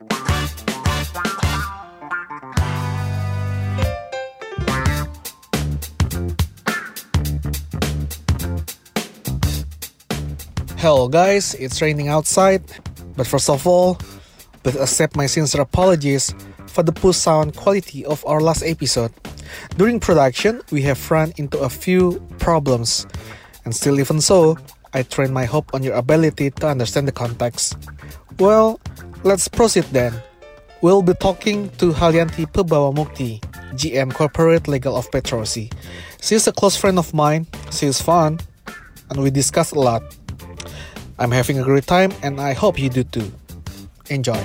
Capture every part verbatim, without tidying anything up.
Hello guys, it's raining outside, but first of all, please accept my sincere apologies for the poor sound quality of our last episode. During production, we have run into a few problems, and still even so, I train my hope on your ability to understand the context. Well, let's proceed then. We'll be talking to Halyanti Pebawamukti, G M Corporate Legal of Petrosi. She's a close friend of mine, she's fun, and we discuss a lot. I'm having a great time and I hope you do too. Enjoy.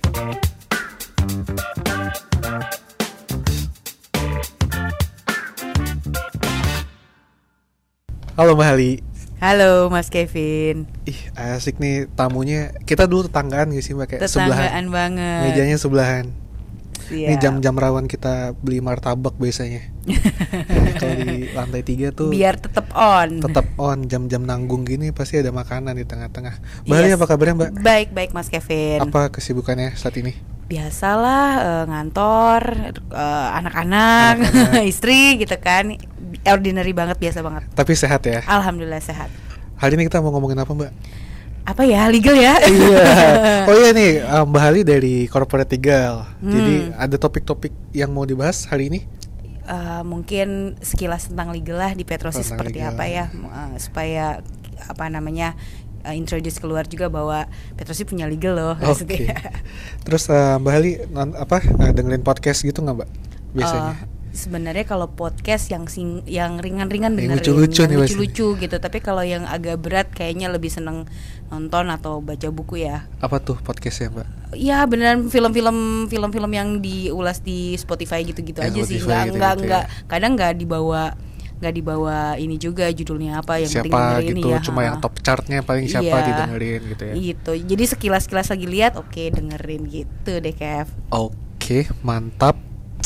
Halo Mbak Hali. Halo Mas Kevin. Ih, asik nih tamunya. Kita dulu tetanggaan gak sih Mbak? Kayak tetanggaan sebelahan banget. Mejanya sebelahan. Ini Siap. jam-jam rawan kita beli martabak biasanya. Kalau di lantai tiga tuh biar tetap on. Tetap on, jam-jam nanggung gini pasti ada makanan di tengah-tengah. Mbak Hali, Yes. apa kabarnya Mbak? Baik-baik Mas Kevin. Apa kesibukannya saat ini? Biasalah uh, ngantor, uh, anak-anak, Anak-anak. istri gitu kan. Ordinary banget, biasa banget. Tapi sehat ya? Alhamdulillah sehat. Hari ini kita mau ngomongin apa Mbak? Apa ya, legal ya? Iya. Oh iya nih, um, Mbak Hali dari Corporate Legal. Hmm. Jadi ada topik-topik yang mau dibahas hari ini? Uh, mungkin sekilas tentang legal lah di Petrosi Tentang seperti legal. apa ya, uh, supaya apa namanya uh, introduce keluar juga bahwa Petrosi punya legal loh. Oke. maksudnya. Terus uh, Mbak Hali non, apa uh, dengerin podcast gitu nggak Mbak? Biasanya? Uh, Sebenarnya kalau podcast yang sing, yang ringan-ringan Yang dengerin, lucu-lucu yang nih pasti. lucu-lucu gitu. Tapi kalau yang agak berat kayaknya lebih seneng nonton atau baca buku ya. Apa tuh podcastnya Mbak? Ya beneran film-film film-film yang diulas di Spotify gitu-gitu Yang aja sih. Spotify Nggak gitu-gitu nggak ya. nggak kadang nggak dibawa nggak dibawa ini juga judulnya apa yang penting Siapa dengerin gitu, ya. cuma ha. yang top chartnya paling siapa Iya. didengerin gitu ya. Gitu. Jadi sekilas-sekilas lagi lihat, oke dengerin gitu deh Kev. Oke, mantap.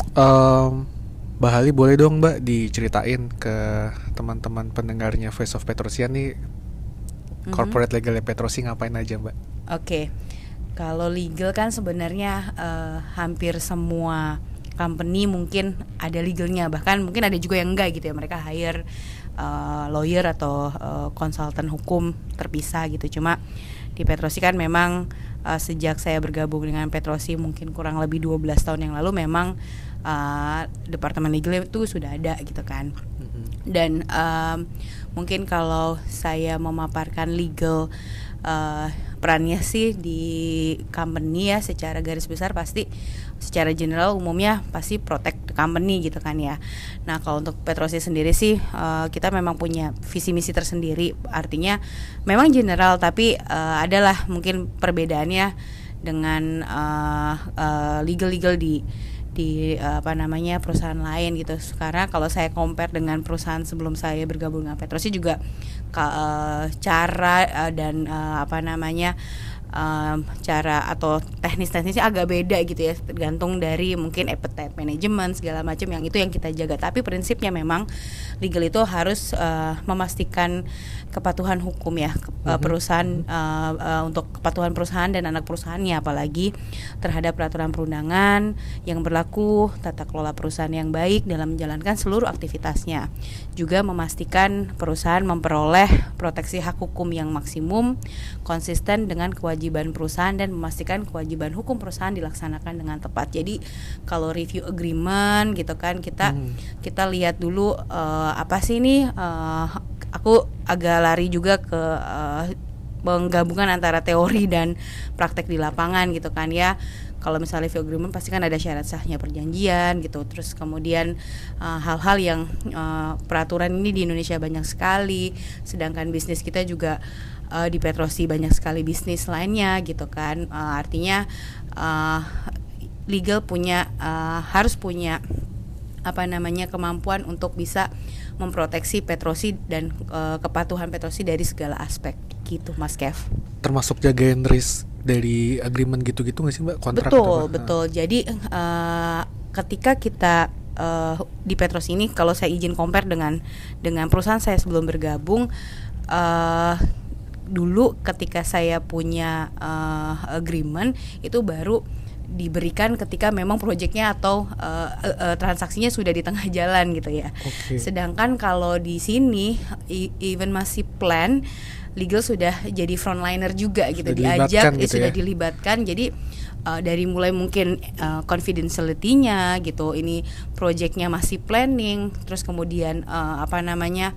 Um, Mbak Hali boleh dong Mbak diceritain ke teman-teman pendengarnya Voice of Petrosian nih, Mm-hmm. Corporate Legal Petrosi ngapain aja Mbak? Oke, kalau legal kan sebenarnya uh, hampir semua company mungkin ada legalnya, bahkan mungkin ada juga yang enggak gitu ya, mereka hire uh, lawyer atau konsultan uh, hukum terpisah gitu. Cuma di Petrosi kan memang uh, sejak saya bergabung dengan Petrosi mungkin kurang lebih dua belas tahun yang lalu memang uh, departemen legal itu sudah ada gitu kan. Dan um, mungkin kalau saya memaparkan legal uh, perannya sih di company ya, secara garis besar pasti secara general umumnya pasti protect the company gitu kan ya. Nah kalau untuk Petrosi sendiri sih uh, kita memang punya visi misi tersendiri, artinya memang general tapi uh, adalah mungkin perbedaannya dengan uh, uh, legal-legal di di uh, apa namanya perusahaan lain gitu. Karena kalau saya compare dengan perusahaan sebelum saya bergabung dengan Petrosi juga ka, uh, cara uh, dan uh, apa namanya um, cara atau teknis-teknisnya agak beda gitu ya, tergantung dari mungkin appetite management segala macam, yang itu yang kita jaga. Tapi prinsipnya memang legal itu harus uh, memastikan kepatuhan hukum ya, ke, uh, perusahaan uh, uh, untuk kepatuhan perusahaan dan anak perusahaannya, apalagi terhadap peraturan perundangan yang berlaku, tata kelola perusahaan yang baik dalam menjalankan seluruh aktivitasnya, juga memastikan perusahaan memperoleh proteksi hak hukum yang maksimum, konsisten dengan kewajiban perusahaan, dan memastikan kewajiban hukum perusahaan dilaksanakan dengan tepat. Jadi kalau review agreement gitu kan, kita hmm. kita lihat dulu uh, apa sih ini uh, aku agak lari juga ke uh, penggabungan antara teori dan praktek di lapangan gitu kan ya. Kalau misalnya review agreement pasti kan ada syarat sahnya perjanjian gitu. Terus kemudian uh, hal-hal yang uh, peraturan ini di Indonesia banyak sekali, sedangkan bisnis kita juga uh, di Petrosi banyak sekali bisnis lainnya gitu kan. Uh, artinya uh, legal punya uh, harus punya apa namanya kemampuan untuk bisa memproteksi Petrosi dan uh, kepatuhan Petrosi dari segala aspek gitu, Mas Kev. Termasuk jagain risk dari agreement gitu-gitu nggak sih Mbak, kontrak? Betul, atau betul. Nah. Jadi uh, ketika kita uh, di Petrosi ini, kalau saya izin compare dengan dengan perusahaan saya sebelum bergabung, uh, dulu ketika saya punya uh, agreement itu baru diberikan ketika memang proyeknya atau uh, uh, uh, transaksinya sudah di tengah jalan gitu ya. Okay. Sedangkan kalau di sini e- even masih plan, legal sudah jadi frontliner juga gitu, sudah diajak gitu eh, sudah ya? dilibatkan. Jadi uh, dari mulai mungkin uh, confidentiality-nya gitu, ini proyeknya masih planning, terus kemudian uh, apa namanya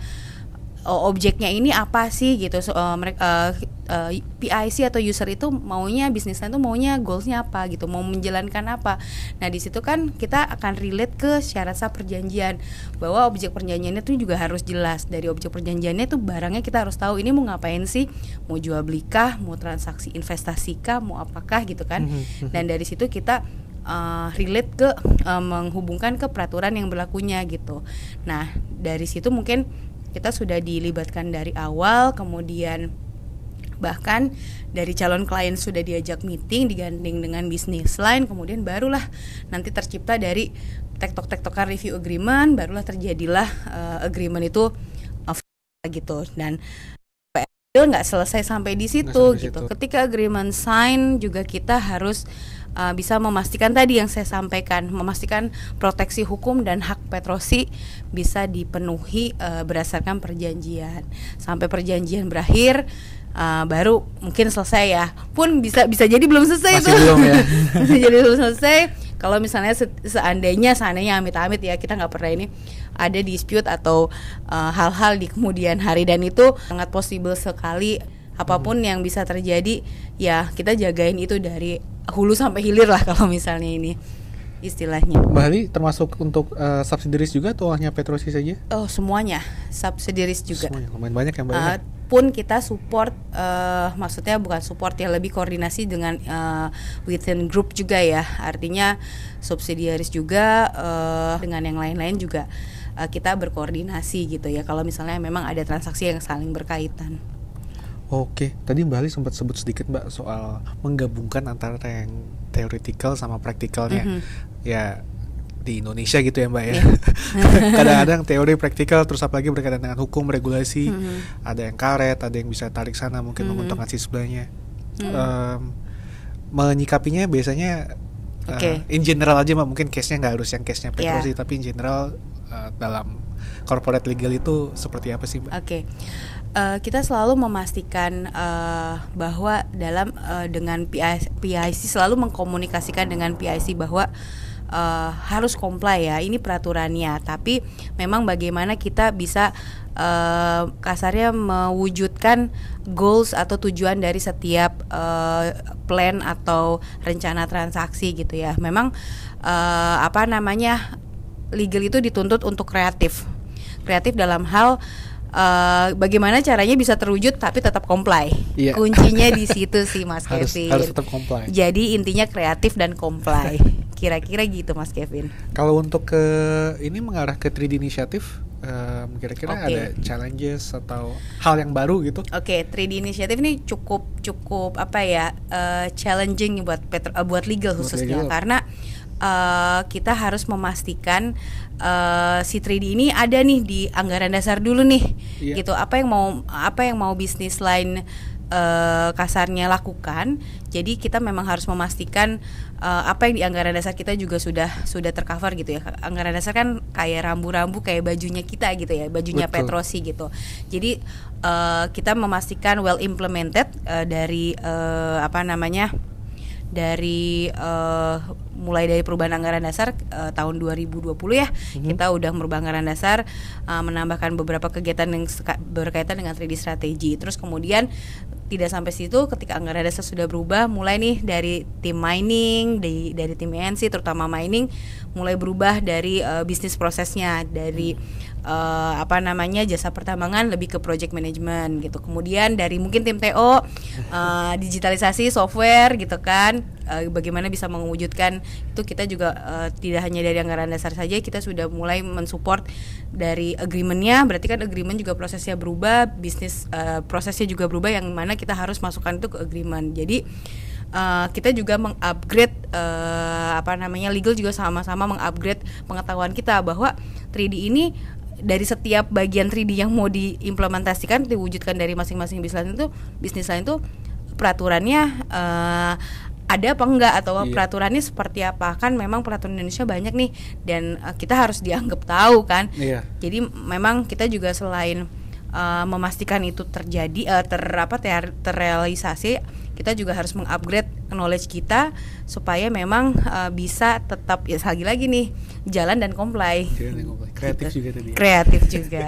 uh, objeknya ini apa sih gitu, so, uh, mereka uh, uh, P I C atau user itu maunya, bisnisnya itu maunya goalsnya apa gitu, mau menjalankan apa. Nah di situ kan kita akan relate ke syarat sah perjanjian, bahwa objek perjanjiannya itu juga harus jelas. Dari objek perjanjiannya itu barangnya kita harus tahu ini mau ngapain sih, mau jual belikah, mau transaksi investasi kah, mau apakah gitu kan. Dan dari situ kita Uh, relate ke uh, menghubungkan ke peraturan yang berlakunya gitu. Nah dari situ mungkin kita sudah dilibatkan dari awal, kemudian bahkan dari calon klien sudah diajak meeting, digandeng dengan bisnis line, kemudian barulah nanti tercipta dari tektok-tektokan review agreement, barulah terjadilah uh, agreement itu uh, gitu. Dan nggak selesai sampai di situ sampai gitu. situ. Ketika agreement sign juga kita harus Uh, bisa memastikan tadi yang saya sampaikan, memastikan proteksi hukum dan hak Petrosi bisa dipenuhi uh, berdasarkan perjanjian. Sampai perjanjian berakhir uh, baru mungkin selesai ya. Pun bisa bisa jadi belum selesai. Masih tuh. belum ya. Bisa jadi belum selesai. Kalau misalnya se- seandainya seandainya amit-amit ya, kita nggak pernah ini ada dispute atau uh, hal-hal di kemudian hari, dan itu sangat possible sekali. Apapun hmm. yang bisa terjadi ya kita jagain itu dari hulu sampai hilir lah kalau misalnya ini istilahnya. Mbak Ali termasuk untuk uh, subsidiaries juga atau hanya Petrosi saja? Oh semuanya, subsidiaries juga. Semuanya, lumayan banyak ya Mbak. Uh, pun kita support, uh, maksudnya bukan support ya, lebih koordinasi dengan uh, within group juga ya. Artinya subsidiaries juga uh, dengan yang lain-lain juga uh, kita berkoordinasi gitu ya. Kalau misalnya memang ada transaksi yang saling berkaitan. Oke, tadi Mbak Ali sempat sebut sedikit Mbak soal menggabungkan antara yang theoretical sama praktikalnya. Mm-hmm. Ya di Indonesia gitu ya Mbak ya. Yeah. Kadang-kadang teori praktikal, terus apalagi berkaitan dengan hukum, regulasi. Mm-hmm. Ada yang karet, ada yang bisa tarik sana, mungkin mm-hmm. menguntungkan si sebelahnya. Mm-hmm. Um, menyikapinya biasanya okay. uh, in general aja Mbak, mungkin case-nya nggak harus yang case-nya Petrosi, yeah. tapi in general uh, dalam corporate legal itu seperti apa sih Mbak? Oke. Okay. Uh, kita selalu memastikan uh, bahwa dalam uh, dengan P I C selalu mengkomunikasikan dengan P I C bahwa uh, harus comply ya, ini peraturannya. Tapi memang bagaimana kita bisa uh, kasarnya mewujudkan goals atau tujuan dari setiap uh, plan atau rencana transaksi gitu ya. Memang uh, apa namanya legal itu dituntut untuk kreatif, kreatif dalam hal Uh, bagaimana caranya bisa terwujud tapi tetap comply. Yeah. Kuncinya di situ sih Mas harus, Kevin. Harus tetap comply. Jadi intinya kreatif dan comply. Kira-kira gitu Mas Kevin. Kalau untuk ke ini mengarah ke tiga D inisiatif, uh, kira-kira okay. ada challenges atau hal yang baru gitu? Oke, okay, tiga D inisiatif ini cukup cukup apa ya uh, challenging buat petro, uh, buat legal khususnya buat legal. Karena Uh, kita harus memastikan uh, si tiga D ini ada nih di anggaran dasar dulu nih, yeah. gitu. Apa yang mau apa yang mau bisnis line uh, kasarnya lakukan. Jadi kita memang harus memastikan uh, apa yang di anggaran dasar kita juga sudah sudah tercover gitu ya. Anggaran dasar kan kayak rambu-rambu kayak bajunya kita gitu ya, bajunya Betul. Petrosi gitu. Jadi uh, kita memastikan well implemented uh, dari uh, apa namanya dari uh, mulai dari perubahan anggaran dasar uh, tahun dua ribu dua puluh ya, mm-hmm. kita udah merubah anggaran dasar, uh, menambahkan beberapa kegiatan yang seka- berkaitan dengan tiga D strategi. Terus kemudian tidak sampai situ, ketika anggaran dasar sudah berubah, mulai nih dari tim mining, dari dari tim E N C terutama mining, mulai berubah dari uh, bisnis prosesnya, dari uh, apa namanya jasa pertambangan lebih ke project management gitu. Kemudian dari mungkin tim T O, uh, digitalisasi software gitu kan, uh, bagaimana bisa mewujudkan itu. Kita juga uh, tidak hanya dari anggaran dasar saja, kita sudah mulai mensupport dari agreementnya. Berarti kan agreement juga prosesnya berubah, bisnis uh, prosesnya juga berubah, yang mana kita harus masukkan itu ke agreement. Jadi Uh, kita juga mengupgrade uh, apa namanya legal juga sama-sama mengupgrade pengetahuan kita bahwa tiga D ini dari setiap bagian tiga D yang mau diimplementasikan, diwujudkan dari masing-masing bisnis lain itu bisnis lain itu peraturannya uh, ada apa enggak atau Iya. peraturannya seperti apa. Kan memang peraturan Indonesia banyak nih dan uh, kita harus dianggap tahu kan. Iya. Jadi memang kita juga selain uh, memastikan itu terjadi uh, ter apa ter, terrealisasi, kita juga harus mengupgrade knowledge kita supaya memang uh, bisa tetap ya lagi-lagi nih jalan dan comply. Jalan dan comply. Kreatif Gitu. juga tadi. ya. Kreatif juga.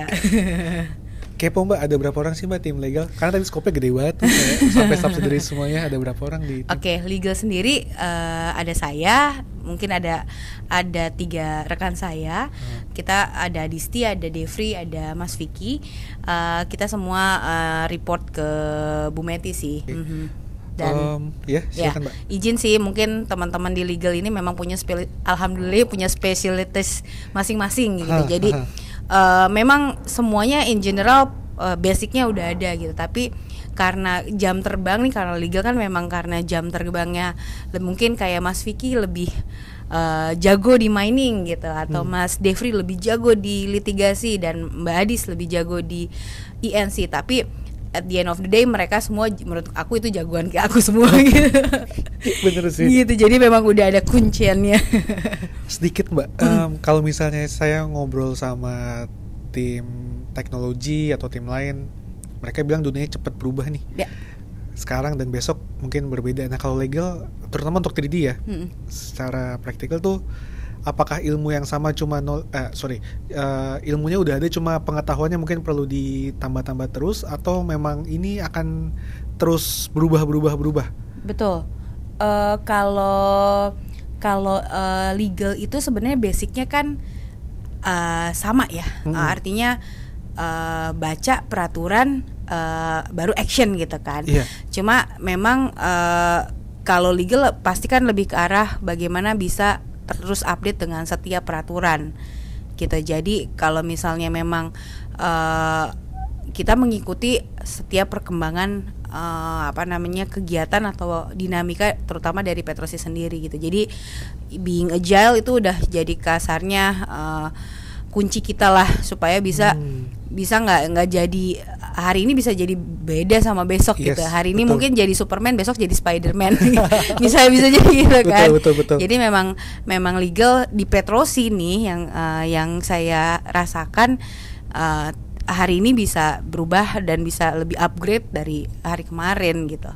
Kepo Mbak, ada berapa orang sih Mbak tim legal? Karena tadi skopnya gede banget tuh, kayak sampai subsidiary semuanya ada berapa orang di tim? Oke, legal sendiri uh, ada saya, mungkin ada ada tiga rekan saya. Hmm. Kita ada Disti, ada Devri, ada Mas Vicky. Uh, kita semua uh, report ke Bu Meti sih. Oke. Mhm. Dan um, ya ya, silakan Mbak. izin sih mungkin teman-teman di legal ini memang punya speli- alhamdulillah punya spesialitas masing-masing gitu. Ha, Jadi ha. uh, memang semuanya in general uh, basicnya udah ada gitu. Tapi karena jam terbang nih, karena legal kan memang karena jam terbangnya le- mungkin kayak Mas Vicky lebih uh, jago di mining gitu, atau Hmm. Mas Devri lebih jago di litigasi dan Mbak Adis lebih jago di I N C. Tapi at the end of the day mereka semua menurut aku itu jagoan kayak aku semua gitu. Bener sih. Gitu, jadi memang udah ada kunciannya. Sedikit Mbak, em, kalau misalnya saya ngobrol sama tim teknologi atau tim lain, mereka bilang dunianya cepat berubah nih. Ya. Sekarang dan besok mungkin berbeda. Nah kalau legal, terutama untuk tiga D ya, Mm-mm. secara praktikal tuh, apakah ilmu yang sama cuma nol, eh, sorry, eh, ilmunya udah ada cuma pengetahuannya mungkin perlu ditambah-tambah terus, atau memang ini akan terus berubah-berubah-berubah? Betul. Eh, kalau kalau eh, legal itu sebenarnya basicnya kan eh, sama ya. Mm-mm. Eh, artinya eh, baca peraturan eh, baru action gitu kan. Iya. Cuma memang eh, kalau legal pasti kan lebih ke arah bagaimana bisa terus update dengan setiap peraturan gitu. Jadi kalau misalnya memang uh, kita mengikuti setiap perkembangan uh, apa namanya kegiatan atau dinamika terutama dari Petrosi sendiri gitu. Jadi being agile itu udah jadi kasarnya uh, kunci kita lah supaya bisa Hmm. bisa nggak nggak jadi hari ini bisa jadi beda sama besok Yes, gitu. Hari ini betul. mungkin jadi Superman, besok jadi Spiderman. bisa bisa jadi gitu kan. Betul, betul, betul. Jadi memang memang legal di Petrosi nih yang uh, yang saya rasakan uh, hari ini bisa berubah dan bisa lebih upgrade dari hari kemarin gitu.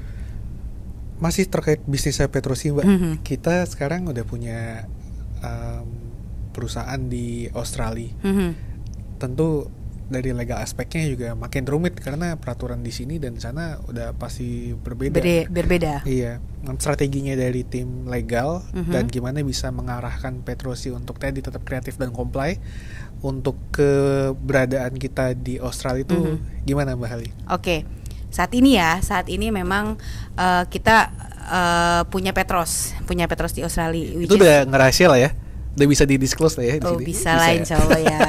Masih terkait bisnis saya Petrosi Mbak, Mhm. kita sekarang udah punya um, perusahaan di Australia. Mhm. Tentu dari legal aspeknya juga makin rumit karena peraturan di sini dan di sana udah pasti berbeda. Berde- berbeda. Iya, strateginya dari tim legal Mhm. dan gimana bisa mengarahkan Petrosi untuk tadi tetap kreatif dan comply untuk keberadaan kita di Australia itu Mhm. gimana Mbak Hali? Oke, saat ini ya, saat ini memang uh, kita uh, punya Petros, punya Petros di Australia. which Itu is- udah ngerahasia lah ya, udah bisa di disclose lah ya di Oh sini. bisa lah ya? insya Allah ya.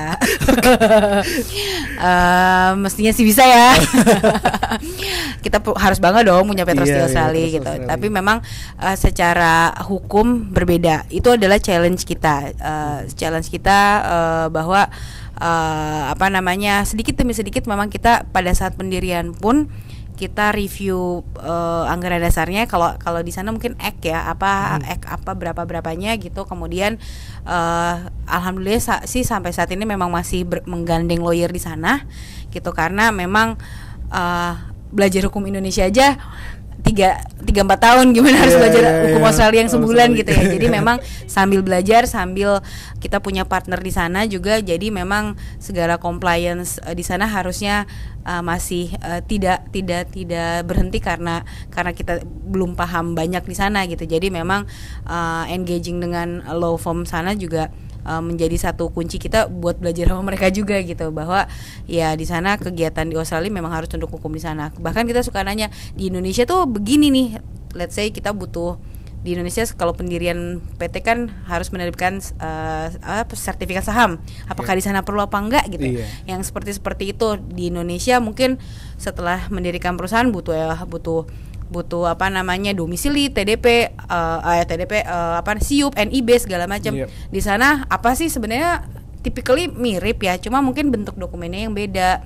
Eh, mestinya sih bisa ya. Kita pu- harus bangga dong punya Petros Iya, di iya, Australia Petros gitu. Australia. Tapi memang eh, secara hukum berbeda. Itu adalah challenge kita. Eh, challenge kita eh, bahwa eh, apa namanya sedikit demi sedikit memang kita pada saat pendirian pun kita review uh, anggaran dasarnya. Kalau kalau di sana mungkin ek ya apa Hmm. ek apa berapa berapanya gitu. Kemudian uh, alhamdulillah sa- sih sampai saat ini memang masih ber- menggandeng lawyer di sana gitu, karena memang uh, belajar hukum Indonesia aja tiga tiga empat tahun, gimana harus Iya, belajar iya, hukum iya. Australia yang sebulan Australia. gitu ya. Jadi memang sambil belajar sambil kita punya partner di sana juga. Jadi memang segala compliance uh, di sana harusnya uh, masih uh, tidak tidak tidak berhenti karena karena kita belum paham banyak di sana gitu. Jadi memang uh, engaging dengan law firm sana juga uh, menjadi satu kunci kita buat belajar sama mereka juga gitu, bahwa ya di sana kegiatan di Australia memang harus tunduk hukum di sana. Bahkan kita suka nanya di Indonesia tuh begini nih, let's say kita butuh di Indonesia kalau pendirian P T kan harus menerbitkan uh, apa, sertifikat saham. Apakah Iya. di sana perlu apa enggak gitu? Iya. Yang seperti seperti itu di Indonesia mungkin setelah mendirikan perusahaan butuh ya butuh butuh apa namanya domisili, T D P, uh, eh, T D P uh, apa S I U P, N I B segala macam. Yep. Di sana apa sih sebenarnya typically mirip ya, cuma mungkin bentuk dokumennya yang beda.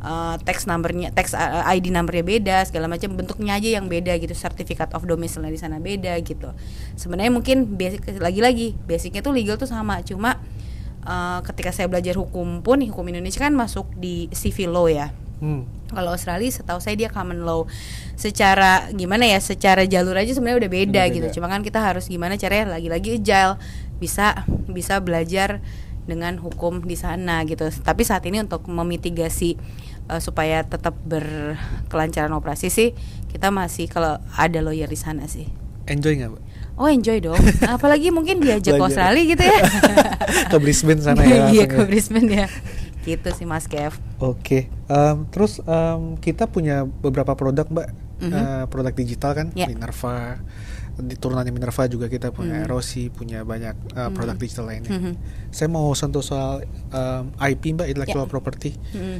uh, tax numbernya, tax uh, I D numbernya beda, segala macam, bentuknya aja yang beda gitu, certificate of domicile di sana beda gitu. Sebenarnya mungkin basic, lagi-lagi basicnya tuh legal tuh sama, cuma uh, ketika saya belajar hukum pun, hukum Indonesia kan masuk di civil law ya. Hmm. Kalau Australia setahu saya dia common law. Secara gimana ya, secara jalur aja sebenarnya udah beda, udah beda gitu. Cuma kan kita harus gimana caranya lagi-lagi agile, bisa bisa belajar dengan hukum di sana gitu. Tapi saat ini untuk memitigasi uh, supaya tetap berkelancaran operasi sih, kita masih kalau ada lawyer di sana sih. Enjoy nggak, Mbak? Oh enjoy dong. Apalagi mungkin diajak ke Australia gitu ya. Ke Brisbane sana ya. Iya ke Brisbane ya. Gitu sih Mas Kev. Oke. Okay. Um, terus um, kita punya beberapa produk, Mbak. Mm-hmm. Uh, produk digital kan, yeah. Minerva. Di turunannya Minerva juga kita punya mm. Erosi, punya banyak uh, mm. produk digital lainnya. Mm-hmm. Saya mau sentuh soal um, I P, Mbak, intellectual yeah. property. Mm.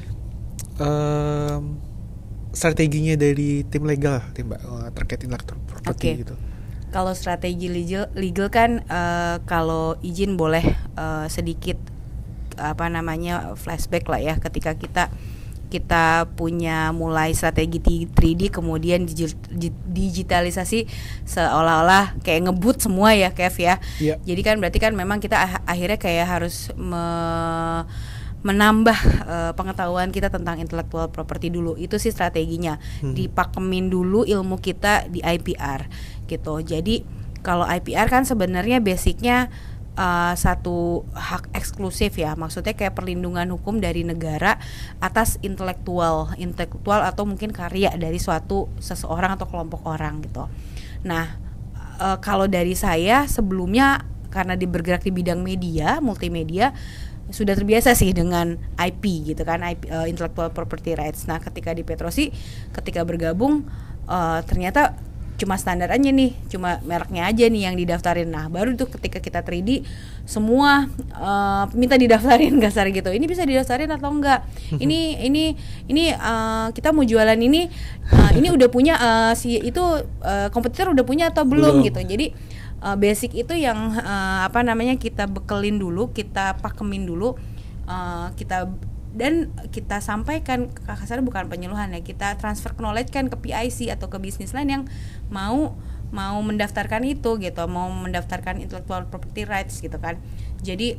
Um, strateginya dari tim legal, tim Mbak, uh, terkait intellectual property okay. gitu. Kalau strategi legal, legal kan uh, kalau izin boleh uh, sedikit apa namanya flashback lah ya, ketika kita kita punya mulai strategi tiga D kemudian digitalisasi seolah-olah kayak ngebut semua ya Kev ya. Yeah. Jadi kan berarti kan memang kita ah- akhirnya kayak harus me- menambah uh, pengetahuan kita tentang intellectual property dulu. Itu sih strateginya. Hmm. Dipakemin dulu ilmu kita di I P R gitu. Jadi kalau I P R kan sebenarnya basicnya Uh, satu hak eksklusif ya, maksudnya kayak perlindungan hukum dari negara atas intelektual, intelektual atau mungkin karya dari suatu seseorang atau kelompok orang gitu. Nah, uh, kalau dari saya sebelumnya karena di bergerak di bidang media, multimedia, sudah terbiasa sih dengan I P gitu kan, I P, uh, intellectual property rights. Nah, ketika di Petrosi, ketika bergabung, uh, ternyata cuma standar aja nih, cuma mereknya aja nih yang didaftarin. Nah baru tuh ketika kita tiga D semua uh, minta didaftarin kasar gitu. Ini bisa didaftarin atau enggak? Ini ini ini uh, kita mau jualan ini, uh, ini udah punya uh, si itu uh, kompetitor udah punya atau belum, belum. gitu. Jadi uh, basic itu yang uh, apa namanya kita bekelin dulu, kita pakemin dulu, uh, kita dan kita sampaikan, kasarnya bukan penyuluhan ya, kita transfer knowledge kan ke P I C atau ke bisnis lain yang mau mau mendaftarkan itu gitu, mau mendaftarkan intellectual property rights gitu kan. Jadi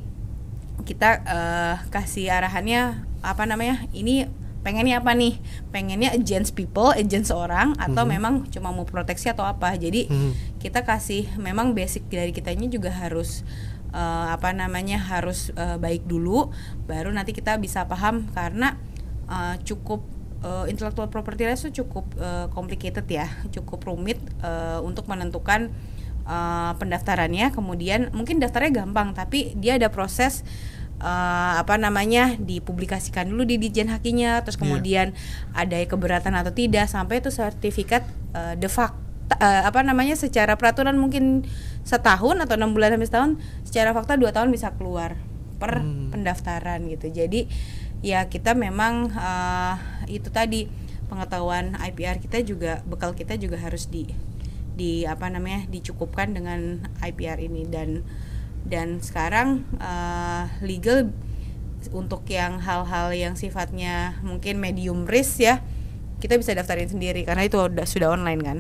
kita uh, kasih arahannya apa namanya, ini pengennya apa nih, pengennya against people, against orang, atau mm-hmm. memang cuma mau proteksi atau apa. Jadi mm-hmm. kita kasih, memang basic dari kitanya juga harus Uh, apa namanya harus uh, baik dulu, baru nanti kita bisa paham, karena uh, cukup uh, intellectual property rights itu cukup uh, complicated ya, cukup rumit uh, untuk menentukan uh, pendaftarannya. Kemudian mungkin daftarnya gampang, tapi dia ada proses uh, apa namanya dipublikasikan dulu di Ditjen Hakinya, terus kemudian yeah. ada keberatan atau tidak, sampai itu sertifikat uh, de facto Uh, apa namanya secara peraturan mungkin setahun atau enam bulan sampai setahun, secara fakta dua tahun bisa keluar per hmm. pendaftaran gitu. Jadi ya kita memang uh, itu tadi pengetahuan I P R kita juga, bekal kita juga harus di di apa namanya dicukupkan dengan I P R ini. Dan dan sekarang uh, legal untuk yang hal-hal yang sifatnya mungkin medium risk ya, kita bisa daftarin sendiri karena itu udah sudah online kan.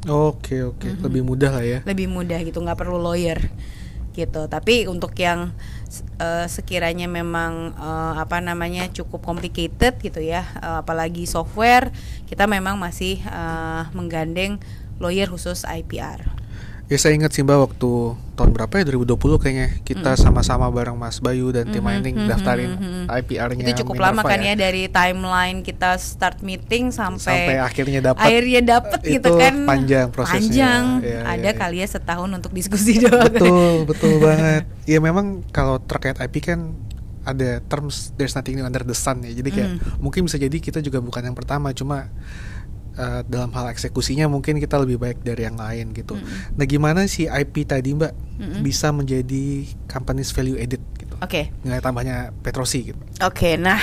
Oke oke, mm-hmm. lebih mudah lah ya. Lebih mudah gitu, nggak perlu lawyer gitu. Tapi untuk yang uh, sekiranya memang uh, apa namanya cukup complicated gitu ya, uh, apalagi software, kita memang masih uh, menggandeng lawyer khusus I P R. Ya saya ingat sih Mbak, waktu tahun berapa ya, dua ribu dua puluh kayaknya kita mm. sama-sama bareng Mas Bayu dan tim Mining mm-hmm, daftarin mm-hmm. I P R-nya. Itu cukup Minerva lama kan ya, dari timeline kita start meeting sampai, sampai akhirnya dapat. Akhirnya dapat gitu kan. Panjang prosesnya. Panjang. Ya, ada ya, kali ya setahun untuk diskusi doang. Betul, betul banget. Ya memang kalau terkait I P kan ada terms there's nothing new under the sun ya. Jadi kayak mm. mungkin bisa jadi kita juga bukan yang pertama, cuma Uh, dalam hal eksekusinya mungkin kita lebih baik dari yang lain gitu. Mm-hmm. Nah gimana si I P tadi Mbak mm-hmm. bisa menjadi company's value added gitu? Oke. Okay. Nilai tambahnya Petrosi gitu. Oke, okay, nah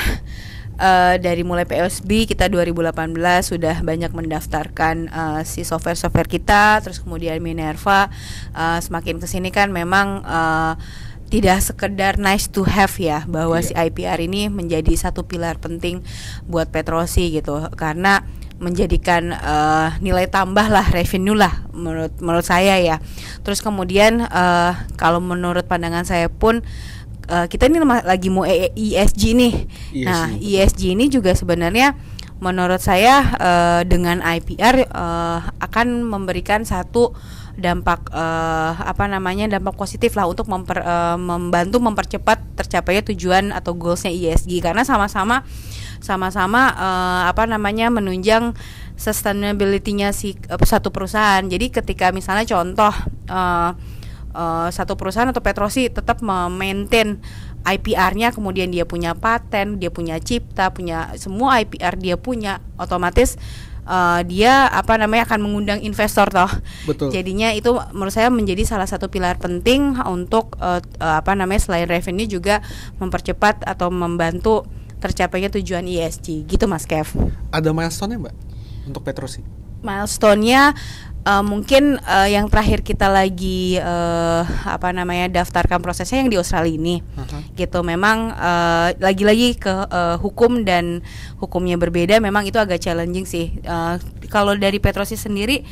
uh, dari mulai P O S B kita dua ribu delapan belas sudah banyak mendaftarkan uh, si software-software kita, terus kemudian Minerva uh, semakin kesini kan memang uh, tidak sekedar nice to have ya, bahwa Iya. si I P R ini menjadi satu pilar penting buat Petrosi gitu, karena menjadikan uh, nilai tambah lah, revenue lah menurut menurut saya ya. Terus kemudian uh, kalau menurut pandangan saya pun uh, kita ini lagi mau E S G nih. E S G, Nah, betul. E S G ini juga sebenarnya menurut saya uh, dengan I P R uh, akan memberikan satu dampak uh, apa namanya dampak positif lah untuk memper, uh, membantu mempercepat tercapainya tujuan atau goalsnya E S G, karena sama-sama sama-sama uh, apa namanya menunjang sustainability-nya si uh, satu perusahaan. Jadi ketika misalnya contoh uh, uh, satu perusahaan atau Petrosi tetap memaintain I P R-nya, kemudian dia punya paten, dia punya cipta, punya semua I P R dia punya, otomatis Uh, dia apa namanya akan mengundang investor toh. Betul. Jadinya itu menurut saya menjadi salah satu pilar penting untuk uh, uh, apa namanya selain revenue juga mempercepat atau membantu tercapainya tujuan E S G gitu Mas Kev. Ada milestone-nya Mbak untuk Petrosi? Milestone-nya uh, mungkin uh, yang terakhir kita lagi uh, apa namanya daftarkan prosesnya yang di Australia ini. Uh-huh. Gitu, memang uh, lagi-lagi ke uh, hukum dan hukumnya berbeda, memang itu agak challenging sih. Uh, kalau dari Petrosi sendiri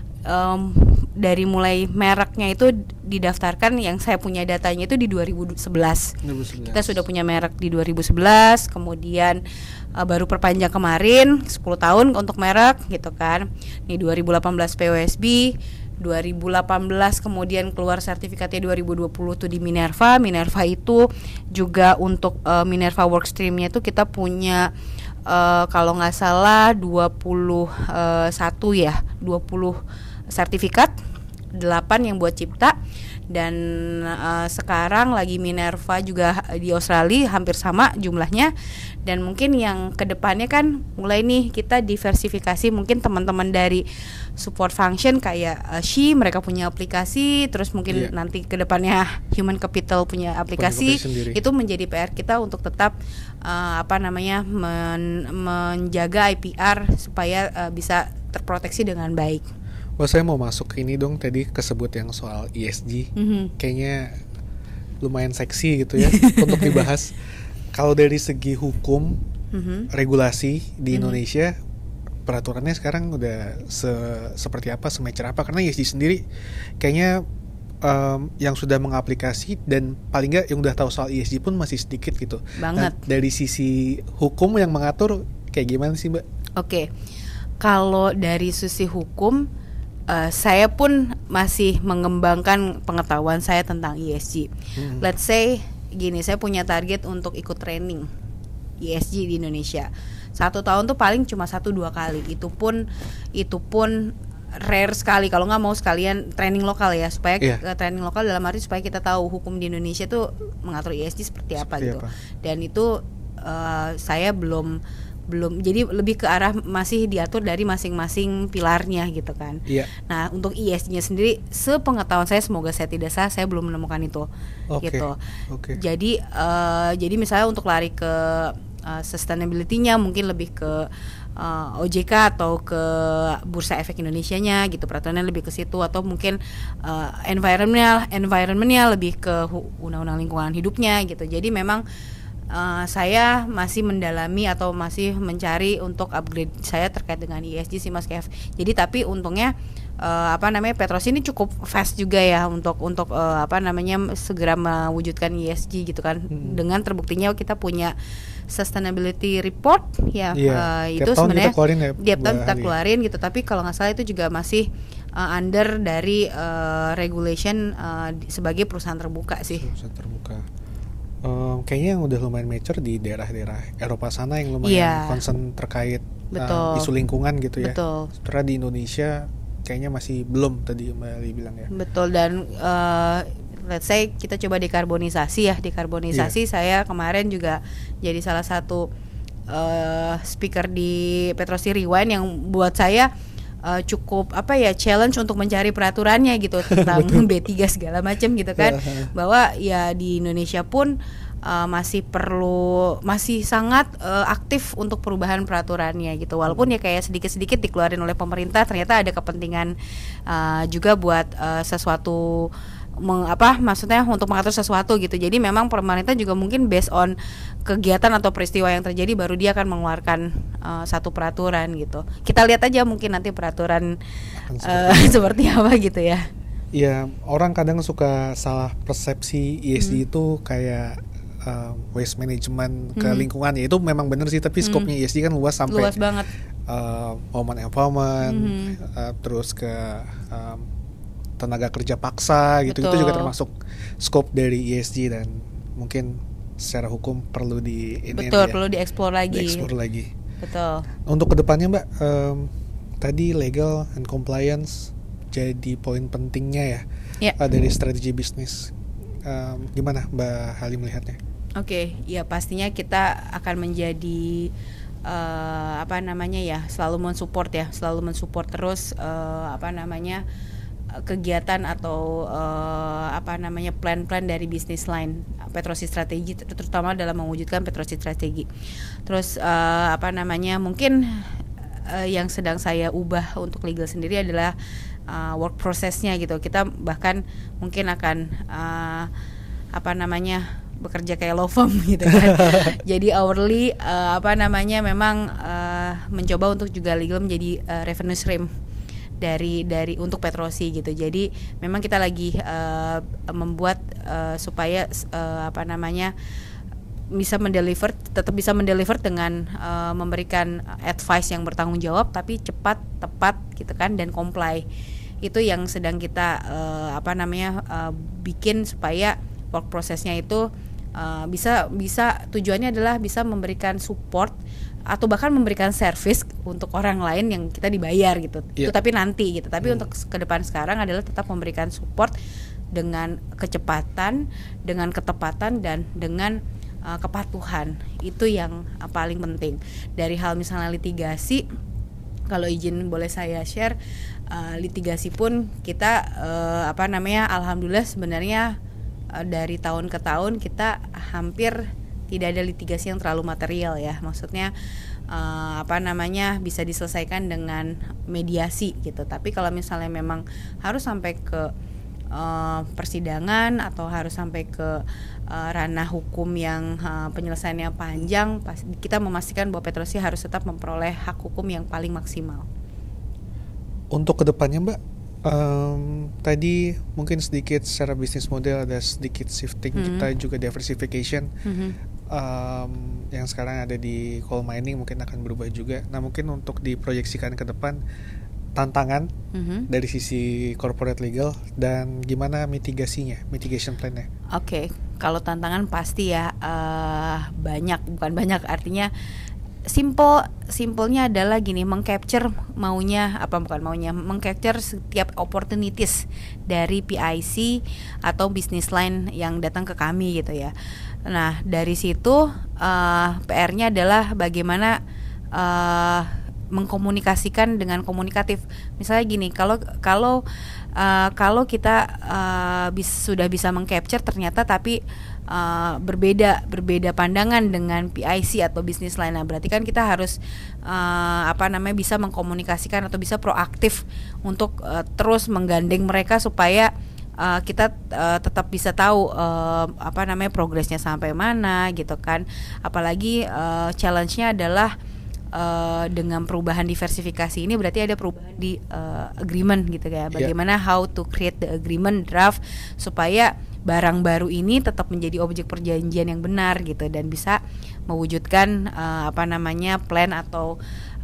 um, dari mulai mereknya itu didaftarkan, yang saya punya datanya itu di dua ribu sebelas. dua ribu sebelas. Kita sudah punya merek di dua ribu sebelas, kemudian uh, baru perpanjang kemarin sepuluh tahun untuk merek gitu kan. Nih dua ribu delapan belas P O S B, dua ribu delapan belas kemudian keluar sertifikatnya dua ribu dua puluh tuh di Minerva. Minerva itu juga untuk uh, Minerva Workstream-nya tuh kita punya uh, kalau nggak salah dua puluh satu ya, dua puluh sertifikat, delapan yang buat cipta, dan uh, sekarang lagi Minerva juga di Australia hampir sama jumlahnya. Dan mungkin yang kedepannya kan mulai nih kita diversifikasi, mungkin teman-teman dari support function kayak uh, She mereka punya aplikasi, terus mungkin Iya. nanti kedepannya Human Capital punya aplikasi. aplikasi sendiri. Itu menjadi P R kita untuk tetap uh, apa namanya men- menjaga I P R supaya uh, bisa terproteksi dengan baik. Wah, saya mau masuk ke ini dong, tadi kesebut yang soal E S G. Mm-hmm. Kayaknya lumayan seksi gitu ya untuk dibahas. Kalau dari segi hukum, Mm-hmm. regulasi di Mm-hmm. Indonesia, peraturannya sekarang udah se- seperti apa, semacam apa? Karena E S G sendiri kayaknya um, yang sudah mengaplikasi dan paling nggak yang udah tahu soal E S G pun masih sedikit gitu. Banget. Nah, dari sisi hukum yang mengatur kayak gimana sih Mbak? Oke, kalau dari sisi hukum, uh, saya pun masih mengembangkan pengetahuan saya tentang E S G. Hmm. Let's say gini, saya punya target untuk ikut training E S G di Indonesia. Satu tahun tuh paling cuma satu dua kali. Itu pun itu pun rare sekali. Kalau nggak mau sekalian training lokal ya, supaya Iya. ke training lokal dalam arti supaya kita tahu hukum di Indonesia tuh mengatur E S G seperti apa Seperti gitu. apa? Dan itu uh, saya belum belum jadi lebih ke arah masih diatur dari masing-masing pilarnya gitu kan. Iya. Nah, untuk E S G-nya sendiri, sepengetahuan saya, semoga saya tidak salah, saya belum menemukan itu. Oke. Gitu. Oke. Jadi uh, jadi misalnya untuk lari ke uh, sustainability-nya mungkin lebih ke uh, O J K atau ke Bursa Efek Indonesianya gitu, peraturannya lebih ke situ, atau mungkin uh, environmental environmentnya lebih ke hu- undang-undang lingkungan hidupnya gitu. Jadi memang Uh, saya masih mendalami atau masih mencari untuk upgrade saya terkait dengan E S G sih Mas Kev. Jadi tapi untungnya uh, apa namanya Petrosi ini cukup fast juga ya untuk untuk uh, apa namanya segera mewujudkan E S G gitu kan. Hmm. Dengan terbuktinya kita punya sustainability report ya. Iya. Uh, Tiap itu tahun sebenarnya kita keluarin ya, tiap tahun Bu kita Ali. keluarin gitu. Tapi kalau nggak salah itu juga masih uh, under dari uh, regulation uh, di- sebagai perusahaan terbuka sih. Perusahaan terbuka. Um, kayaknya yang udah lumayan mature di daerah-daerah Eropa sana yang lumayan Iya. concern terkait uh, Betul. isu lingkungan gitu ya. Betul. Sementara di Indonesia kayaknya masih belum, tadi Mbak Ali bilang ya. Betul, dan uh, let's say kita coba dekarbonisasi ya. Dekarbonisasi saya kemarin juga jadi salah satu uh, speaker di Petrosi Rewind yang buat saya uh, cukup apa ya challenge untuk mencari peraturannya gitu tentang B tiga segala macam gitu kan. Bahwa ya di Indonesia pun uh, masih perlu masih sangat uh, aktif untuk perubahan peraturannya gitu. Walaupun ya kayak sedikit-sedikit dikeluarin oleh pemerintah, ternyata ada kepentingan uh, juga buat uh, sesuatu meng, apa maksudnya untuk mengatur sesuatu gitu. Jadi memang pemerintah juga mungkin based on kegiatan atau peristiwa yang terjadi baru dia akan mengeluarkan uh, satu peraturan gitu. Kita lihat aja mungkin nanti peraturan uh, seperti apa gitu ya. Ya, orang kadang suka salah persepsi E S G hmm. itu kayak uh, waste management ke hmm. lingkungan. Ya itu memang benar sih, tapi hmm. skopnya E S G kan luas sampai luas banget. Uh, woman empowerment, hmm. uh, terus ke um, tenaga kerja paksa gitu. Betul. Itu juga termasuk skop dari E S G dan mungkin secara hukum perlu di ini Betul, ya, perlu dieksplor lagi. Dieksplor lagi. Betul. Untuk kedepannya Mbak, um, tadi legal and compliance jadi poin pentingnya ya, ya. Uh, dari strategi bisnis. Um, gimana Mbak Halim melihatnya? Oke, okay, ya pastinya kita akan menjadi uh, apa namanya ya, selalu mensupport ya, selalu mensupport terus uh, apa namanya kegiatan atau uh, apa namanya plan-plan dari bisnis line Petrosi Strategi, terutama dalam mewujudkan Petrosi Strategi. Terus uh, apa namanya mungkin uh, yang sedang saya ubah untuk legal sendiri adalah Uh, work processnya gitu. Kita bahkan mungkin akan uh, apa namanya bekerja kayak law firm gitu kan. Jadi hourly uh, apa namanya memang uh, mencoba untuk juga legal menjadi uh, revenue stream dari dari untuk Petrosi gitu. Jadi memang kita lagi uh, membuat uh, supaya uh, apa namanya bisa mendeliver, tetap bisa mendeliver dengan uh, memberikan advice yang bertanggung jawab tapi cepat, tepat gitu kan, dan comply. Itu yang sedang kita uh, apa namanya uh, bikin supaya work prosesnya itu uh, bisa bisa tujuannya adalah bisa memberikan support atau bahkan memberikan service untuk orang lain yang kita dibayar gitu. Yeah. Itu tapi nanti gitu. Tapi hmm. untuk ke depan sekarang adalah tetap memberikan support dengan kecepatan, dengan ketepatan dan dengan uh, kepatuhan. Itu yang uh, paling penting. Dari hal misalnya litigasi, kalau izin boleh saya share, uh, litigasi pun kita uh, apa namanya alhamdulillah sebenarnya uh, dari tahun ke tahun kita hampir tidak ada litigasi yang terlalu material ya. Maksudnya uh, apa namanya bisa diselesaikan dengan mediasi gitu. Tapi kalau misalnya memang harus sampai ke uh, persidangan atau harus sampai ke uh, ranah hukum yang uh, penyelesaiannya panjang, pas, kita memastikan bahwa Petrosi harus tetap memperoleh hak hukum yang paling maksimal. Untuk kedepannya Mbak, um, tadi mungkin sedikit secara bisnis model ada sedikit shifting, mm-hmm. kita juga diversification, mm-hmm. um, yang sekarang ada di coal mining mungkin akan berubah juga. Nah mungkin untuk diproyeksikan ke depan tantangan mm-hmm. dari sisi corporate legal dan gimana mitigasinya, mitigation plan-nya. Oke, okay. Kalau tantangan pasti ya uh, banyak, bukan banyak artinya simple, simpelnya adalah gini, mengcapture maunya apa bukan maunya, mengcapture setiap opportunities dari P I C atau business line yang datang ke kami gitu ya. Nah dari situ uh, P R-nya adalah bagaimana uh, mengkomunikasikan dengan komunikatif. Misalnya gini, kalau kalau uh, kalau kita uh, bis, sudah bisa mengcapture ternyata tapi uh, berbeda berbeda pandangan dengan P I C atau bisnis lain, nah berarti kan kita harus uh, apa namanya bisa mengkomunikasikan atau bisa proaktif untuk uh, terus menggandeng mereka supaya Uh, kita uh, tetap bisa tahu uh, apa namanya progresnya sampai mana gitu kan. Apalagi uh, challenge-nya adalah uh, dengan perubahan diversifikasi ini berarti ada perubahan di uh, agreement gitu ya. Bagaimana yeah. how to create the agreement draft supaya barang baru ini tetap menjadi objek perjanjian yang benar gitu dan bisa mewujudkan uh, apa namanya plan atau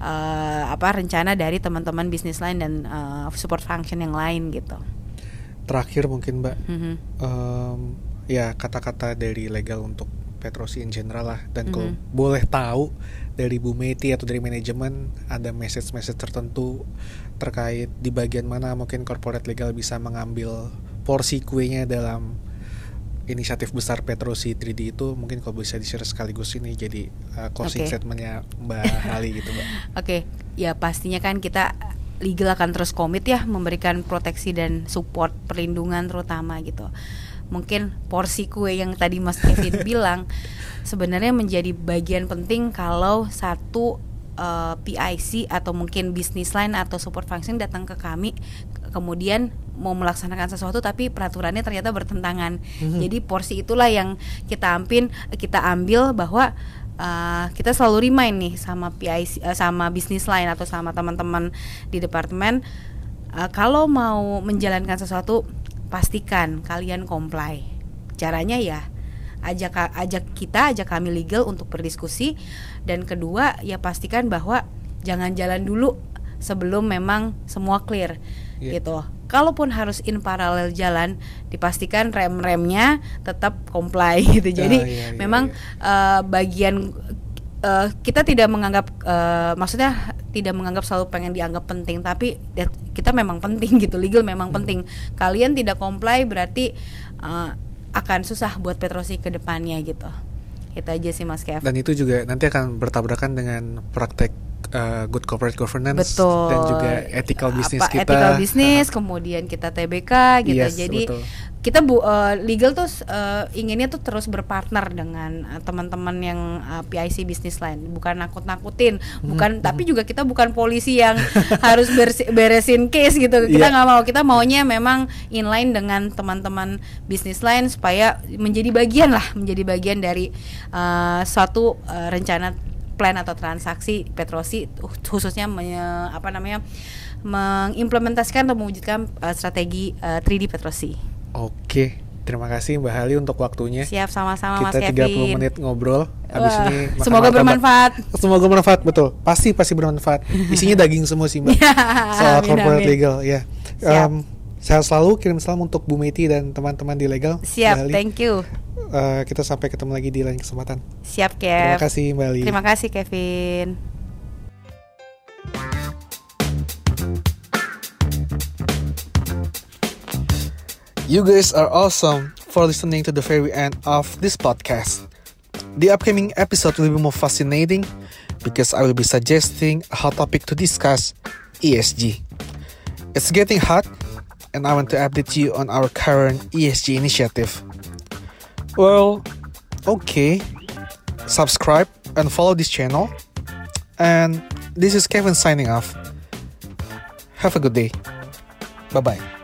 uh, apa rencana dari teman-teman bisnis lain dan uh, support function yang lain gitu. Terakhir mungkin Mbak, mm-hmm. um, ya kata-kata dari legal untuk Petrosi in general lah. Dan mm-hmm. kalau boleh tahu dari Bu Meti atau dari manajemen ada message-message tertentu terkait di bagian mana mungkin corporate legal bisa mengambil porsi kuenya dalam inisiatif besar Petrosi tiga D itu, mungkin kalau bisa di-share sekaligus ini jadi uh, closing okay. statementnya Mbak Hali gitu Mbak. Oke, okay. Ya pastinya kan kita legal akan terus komit ya memberikan proteksi dan support perlindungan terutama gitu. Mungkin porsi kue yang tadi Mas Kevin bilang sebenarnya menjadi bagian penting kalau satu uh, P I C atau mungkin business line atau support function datang ke kami kemudian mau melaksanakan sesuatu tapi peraturannya ternyata bertentangan. Mm-hmm. Jadi porsi itulah yang kita ambil kita ambil bahwa Uh, kita selalu remind nih sama P I C, uh, sama bisnis lain atau sama teman-teman di departemen, uh, kalau mau menjalankan sesuatu pastikan kalian comply. Caranya ya ajak ajak kita, ajak kami legal untuk berdiskusi, dan kedua ya pastikan bahwa jangan jalan dulu sebelum memang semua clear, yeah. gitu. Kalaupun harus in paralel jalan, dipastikan rem-remnya tetap comply gitu. Jadi ah, iya, iya, memang iya. Uh, bagian uh, kita tidak menganggap, uh, maksudnya tidak menganggap selalu pengen dianggap penting, tapi kita memang penting gitu. Legal memang hmm. penting. Kalian tidak comply berarti uh, akan susah buat Petrosi ke depannya gitu. Itu aja sih Mas Kev. Dan itu juga nanti akan bertabrakan dengan praktek uh, good corporate governance. Betul. Dan juga ethical business Apa, kita. Ethical business, uh-huh. kemudian kita T B K gitu. Yes, Jadi betul. kita bu uh, legal tuh uh, inginnya tuh terus berpartner dengan uh, teman-teman yang uh, P I C business line, bukan nakut-nakutin, bukan, hmm. tapi juga kita bukan polisi yang harus bersi- beresin case gitu. Kita nggak yeah. mau, kita maunya memang inline dengan teman-teman business line supaya menjadi bagian lah, menjadi bagian dari uh, suatu uh, rencana plan atau transaksi Petrosi, khususnya me- apa namanya mengimplementasikan atau mewujudkan uh, strategi uh, tiga D Petrosi. Oke, terima kasih Mbak Hali untuk waktunya. Siap, sama-sama Mas Kita Kevin. tiga puluh menit ngobrol. Habis Wah, ini semoga bermanfaat. Semoga bermanfaat, betul. Pasti pasti bermanfaat. Isinya daging semua sih Mbak. Soal amin, corporate amin. legal ya. Um, sehat selalu, kirim salam untuk Bu Meti dan teman-teman di legal. Siap, thank you. Uh, kita sampai ketemu lagi di lain kesempatan. Siap, Kev. Terima kasih Mbak Ali. Terima kasih Kevin. You guys are awesome for listening to the very end of this podcast. The upcoming episode will be more fascinating because I will be suggesting a hot topic to discuss, E S G. It's getting hot and I want to update you on our current E S G initiative. Well, okay. Subscribe and follow this channel. And this is Kevin signing off. Have a good day. Bye-bye.